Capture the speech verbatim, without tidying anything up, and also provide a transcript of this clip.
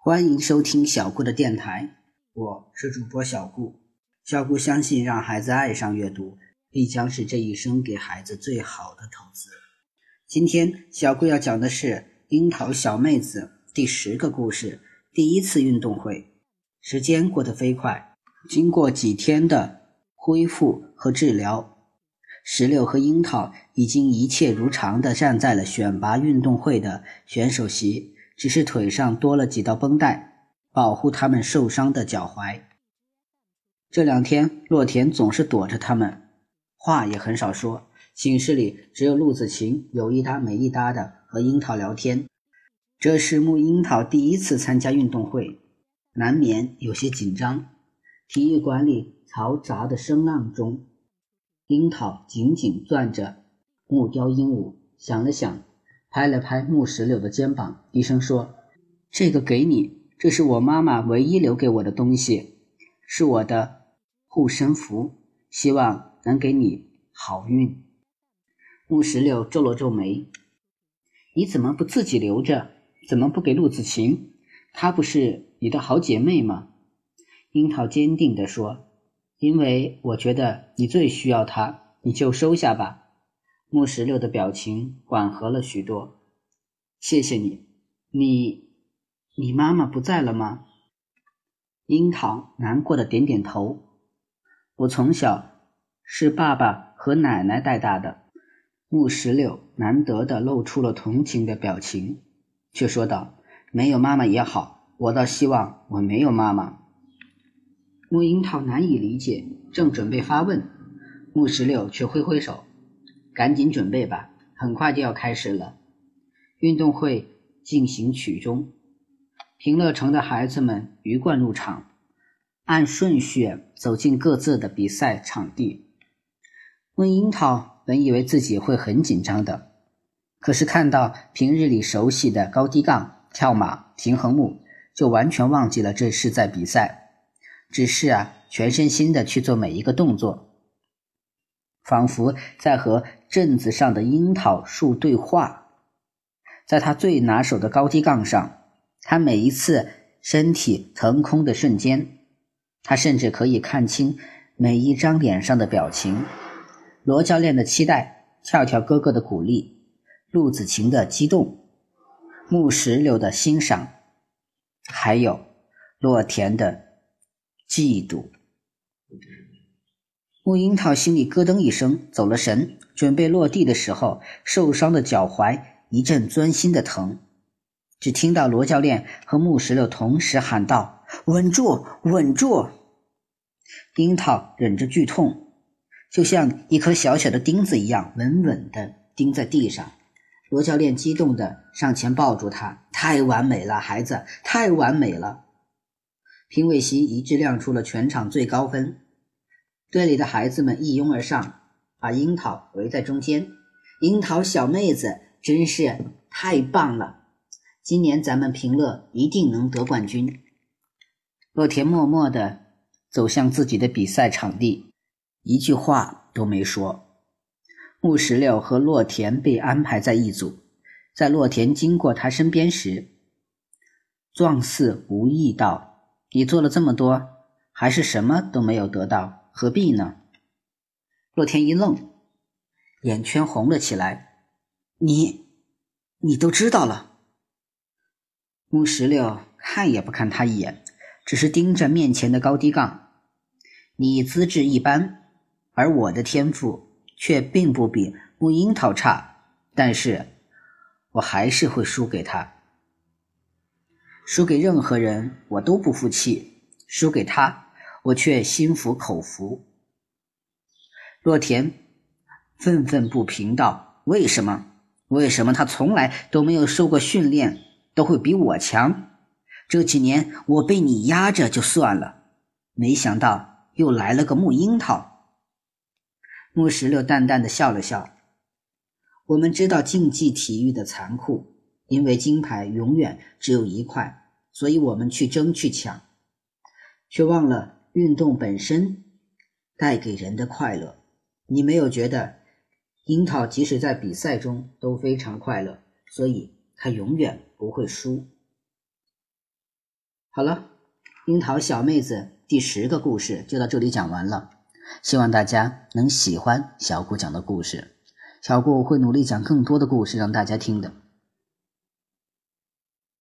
欢迎收听小顾的电台，我是主播小顾。小顾相信让孩子爱上阅读，必将是这一生给孩子最好的投资。今天小顾要讲的是樱桃小妹子第十个故事，第一次运动会。时间过得飞快，经过几天的恢复和治疗，石榴和樱桃已经一切如常地站在了选拔运动会的选手席，只是腿上多了几道绷带，保护他们受伤的脚踝。这两天洛田总是躲着他们，话也很少说，寝室里只有陆子晴有一搭没一搭的和樱桃聊天。这是木樱桃第一次参加运动会，难免有些紧张。体育馆里嘈杂的声浪中，樱桃紧紧攥着木雕鹦鹉，想了想，拍了拍木石榴的肩膀，低声说：这个给你，这是我妈妈唯一留给我的东西，是我的护身符，希望能给你好运。木石榴皱了皱眉，你怎么不自己留着？怎么不给陆子晴？她不是你的好姐妹吗？樱桃坚定地说：因为我觉得你最需要她，你就收下吧。木石榴的表情缓和了许多。谢谢你。你你妈妈不在了吗？樱桃难过的点点头。我从小是爸爸和奶奶带大的。木石榴难得的露出了同情的表情，却说道：没有妈妈也好，我倒希望我没有妈妈。木樱桃难以理解，正准备发问，木石榴却挥挥手：赶紧准备吧，很快就要开始了。运动会进行曲中，平乐城的孩子们鱼贯入场，按顺序走进各自的比赛场地。木樱桃本以为自己会很紧张的，可是看到平日里熟悉的高低杠、跳马、平衡木，就完全忘记了这是在比赛，只是啊，全身心的去做每一个动作，仿佛在和镇子上的樱桃树对话。在他最拿手的高低杠上，他每一次身体腾空的瞬间，他甚至可以看清每一张脸上的表情。罗教练的期待，跳跳哥哥的鼓励，陆子晴的激动，木石榴的欣赏，还有洛田的嫉妒。木樱桃心里咯噔一声，走了神，准备落地的时候，受伤的脚踝一阵钻心的疼，只听到罗教练和木石榴同时喊道：稳住，稳住！樱桃忍着剧痛，就像一颗小小的钉子一样稳稳地钉在地上。罗教练激动地上前抱住他：太完美了，孩子，太完美了！评委席一致亮出了全场最高分，队里的孩子们一拥而上，把樱桃围在中间。樱桃小妹子真是太棒了，今年咱们平乐一定能得冠军。洛田默默地走向自己的比赛场地，一句话都没说。木石榴和洛田被安排在一组，在洛田经过他身边时，状似无意道：你做了这么多，还是什么都没有得到，何必呢？洛田一愣，眼圈红了起来：你你都知道了？木石榴看也不看他一眼，只是盯着面前的高低杠。你资质一般，而我的天赋却并不比木樱桃差，但是我还是会输给他。输给任何人我都不服气，输给他我却心服口服。洛田愤愤不平道：为什么？为什么他从来都没有受过训练，都会比我强？这几年我被你压着就算了，没想到又来了个木樱桃。木石榴淡淡地笑了笑：我们知道竞技体育的残酷，因为金牌永远只有一块，所以我们去争去抢，却忘了运动本身带给人的快乐。你没有觉得樱桃即使在比赛中都非常快乐，所以他永远不会输。 好了，樱桃小妹子第十个故事就到这里讲完了，希望大家能喜欢小顾讲的故事。小顾会努力讲更多的故事让大家听的。